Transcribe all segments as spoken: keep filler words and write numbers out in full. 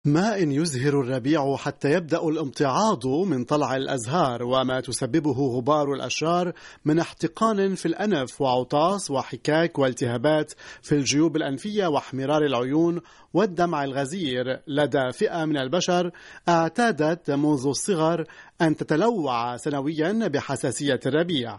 ما إن يزهر الربيع حتى يبدأ الامتعاض من طلع الأزهار، وما تسببه غبار الأشرار من احتقان في الأنف وعطاس وحكاك والتهابات في الجيوب الأنفية واحمرار العيون والدمع الغزير لدى فئة من البشر اعتادت منذ الصغر أن تتلوع سنويا بحساسية الربيع.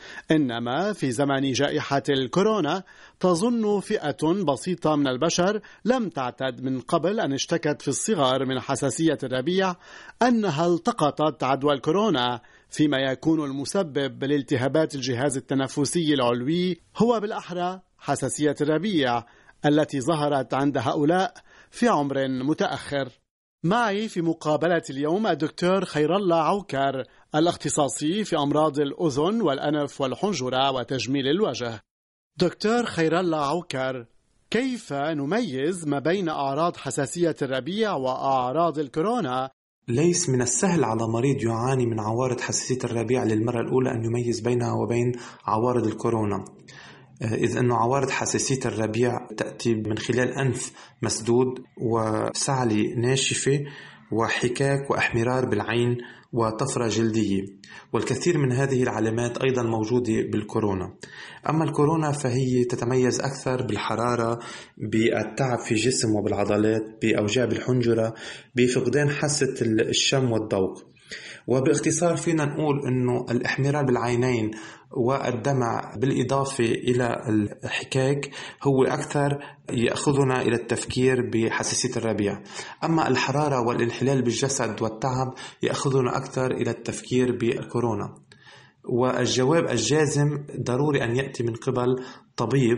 إنما في زمن جائحة الكورونا تظن فئة بسيطة من البشر لم تعتد من قبل أن اشتكت في الصغر من حساسية الربيع أنها التقطت عدوى الكورونا، فيما يكون المسبب لالتهابات الجهاز التنفسي العلوي هو بالأحرى حساسية الربيع التي ظهرت عند هؤلاء في عمر متأخر. معي في مقابلة اليوم الدكتور خير الله عوكر، الاختصاصي في أمراض الأذن والأنف والحنجرة وتجميل الوجه. دكتور خير الله عوكر، كيف نميز ما بين أعراض حساسية الربيع وأعراض الكورونا؟ ليس من السهل على مريض يعاني من عوارض حساسية الربيع للمرة الأولى أن يميز بينها وبين عوارض الكورونا، إذ أن عوارض حساسية الربيع تأتي من خلال أنف مسدود وسعلة ناشفة وحكاك وأحمرار بالعين وطفرة جلدية، والكثير من هذه العلامات أيضا موجودة بالكورونا. أما الكورونا فهي تتميز أكثر بالحرارة، بالتعب في الجسم وبالعضلات، بأوجاع بالحنجرة، بفقدان حاسة الشم والذوق. وباختصار فينا نقول أنه الإحمرار بالعينين والدمع بالإضافة إلى الحكاك هو أكثر يأخذنا إلى التفكير بحساسية الربيع. أما الحرارة والانحلال بالجسد والتعب يأخذنا أكثر إلى التفكير بالكورونا. والجواب الجازم ضروري أن يأتي من قبل طبيب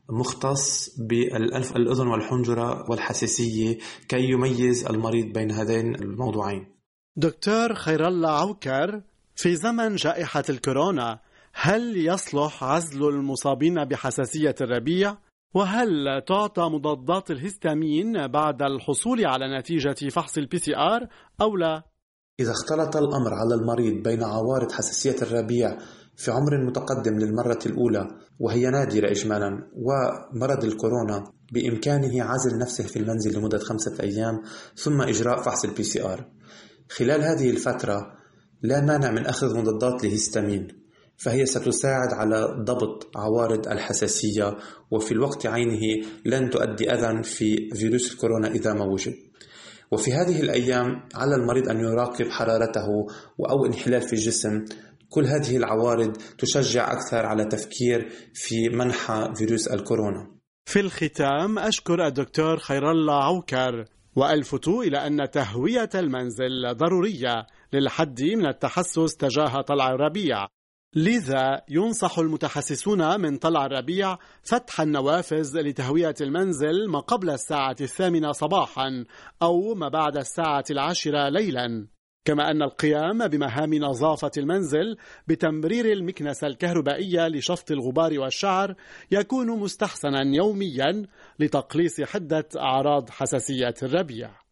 مختص بالأنف الأذن والحنجرة والحساسية كي يميز المريض بين هذين الموضوعين. دكتور خير الله عوكر، في زمن جائحة الكورونا هل يصلح عزل المصابين بحساسية الربيع؟ وهل تعطى مضادات الهستامين بعد الحصول على نتيجة فحص البي سي آر أو لا؟ إذا اختلط الأمر على المريض بين عوارض حساسية الربيع في عمر متقدم للمرة الأولى وهي نادرة إجمالا ومرض الكورونا، بإمكانه عزل نفسه في المنزل لمدة خمسة أيام ثم إجراء فحص البي سي آر. خلال هذه الفترة لا مانع من أخذ مضادات الهستامين، فهي ستساعد على ضبط عوارض الحساسية، وفي الوقت عينه لن تؤدي أذى في فيروس الكورونا إذا ما وجد. وفي هذه الأيام على المريض أن يراقب حرارته أو انحلال في الجسم. كل هذه العوارض تشجع أكثر على تفكير في منح فيروس الكورونا. في الختام أشكر الدكتور خير الله عوكر، وألفت إلى أن تهوية المنزل ضرورية للحد من التحسس تجاه طلع الربيع، لذا ينصح المتحسسون من طلع الربيع فتح النوافذ لتهوية المنزل ما قبل الساعة الثامنة صباحا أو ما بعد الساعة العاشرة ليلا، كما أن القيام بمهام نظافة المنزل بتمرير المكنسة الكهربائية لشفط الغبار والشعر يكون مستحسنا يوميا لتقليص حدة أعراض حساسية الربيع.